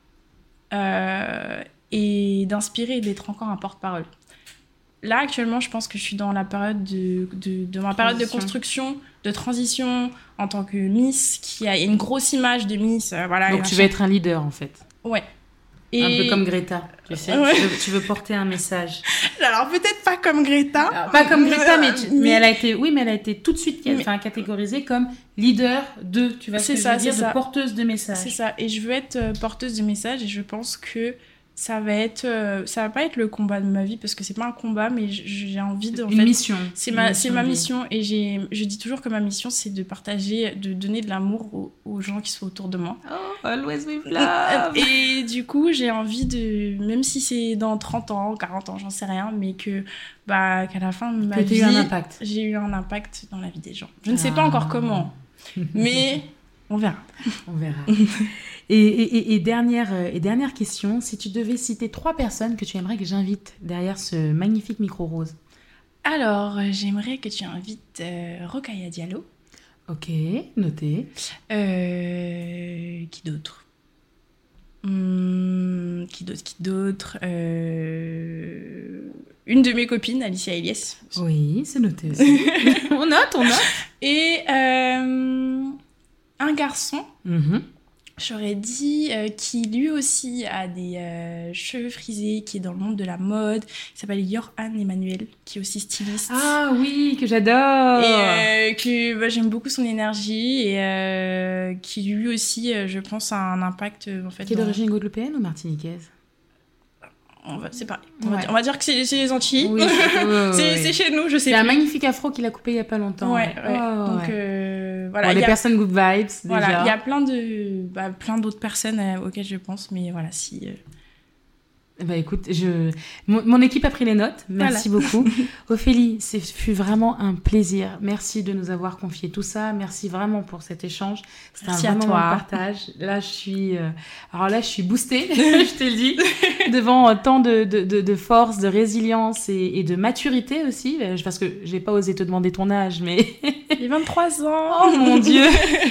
euh, et d'inspirer et d'être encore un porte-parole. Là, actuellement, je pense que je suis dans la période de, de, de ma période de Transition. construction, de transition en tant que Miss, qui a une grosse image de Miss. euh, voilà, et Donc, tu machin. veux être un leader, en fait. Ouais. Un Et... peu comme Greta, tu sais. Ouais. Tu, veux, tu veux porter un message. Alors, peut-être pas comme Greta. Alors, pas comme Greta, mais, tu- Mais- mais elle a été, oui, mais elle a été tout de suite Mais- enfin, catégorisée comme leader de, tu vois ce C'est que ça, je veux dire, c'est de ça. porteuse de message. C'est ça. Et je veux être euh, porteuse de messages et je pense que ça va être... euh, ça va pas être le combat de ma vie parce que c'est pas un combat, mais j- j'ai envie de... en Une fait, mission. C'est Une ma, c'est ma de- mission et j'ai, je dis toujours que ma mission c'est de partager, de donner de l'amour aux, aux gens qui sont autour de moi. Oh, always with love. Et du coup j'ai envie de, même si c'est dans trente ans, quarante ans, j'en sais rien, mais que, bah, qu'à la fin de ma Que vie, tu aies eu un impact. j'ai eu un impact dans la vie des gens. Je ne sais Ah. pas encore comment, mais on verra. On verra. Et, et, et- et dernière, euh, et dernière question, si tu devais citer trois personnes que tu aimerais que j'invite derrière ce magnifique micro rose. Alors euh, j'aimerais que tu invites euh, Rokhaya Diallo. Ok, noté. Euh, qui d'autre Hum, Qui d'autre Qui d'autre Euh, Une de mes copines, Alicia Eliès. Oui, c'est noté aussi. On note, on note. Et euh, un garçon, Mhm. j'aurais dit, euh, qui lui aussi a des euh, cheveux frisés, qui est dans le monde de la mode, qui s'appelle Yoran Emmanuel, qui est aussi styliste. Ah oui, que j'adore. Et euh, que bah, j'aime beaucoup son énergie et euh, qui lui aussi, euh, je pense, a un impact euh, en fait. Qui est dans- d'origine guadeloupéenne ou martiniquaise? On va, c'est pareil. On, va Ouais. dire, on va dire que c'est, c'est les Antilles. Oui, c'est- ouais, ouais, c'est, ouais. c'est chez nous, je sais C'est un plus. magnifique afro qu'il a coupé il y a pas longtemps. Ouais, ouais. Oh, Donc ouais. euh, voilà, Bon, il les y a, personnes good vibes, voilà, déjà. il y a plein de, bah, plein d'autres personnes euh, auxquelles je pense, mais voilà, si. euh, Bah écoute, je... mon, mon équipe a pris les notes. Merci beaucoup. Ophélie, ce fut vraiment un plaisir. Merci de nous avoir confié tout ça. Merci vraiment pour cet échange. C'était Merci un à vrai toi. moment de partage. Là, je suis, euh, alors là, je suis boostée, je te le dis, devant euh, tant de, de, de, de force, de résilience et, et de maturité aussi. Euh, Parce que j'ai pas osé te demander ton âge, mais J'ai vingt-trois ans. oh mon Dieu.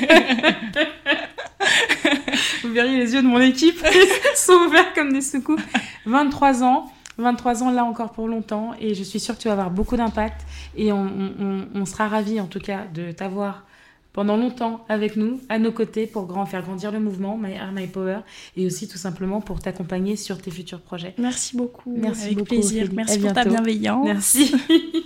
Vous verriez les yeux de mon équipe, ils sont ouverts comme des secousses. vingt-trois ans, vingt-trois ans là encore pour longtemps, et je suis sûre que tu vas avoir beaucoup d'impact, et on, on, on- on sera ravis en tout cas de t'avoir pendant longtemps avec nous, à nos côtés, pour grand, faire grandir le mouvement My Hair, My Power, et aussi tout simplement pour t'accompagner sur tes futurs projets. Merci beaucoup. Merci Avec beaucoup, plaisir. Ophélie. Merci À pour ta bientôt. bienveillance. Merci.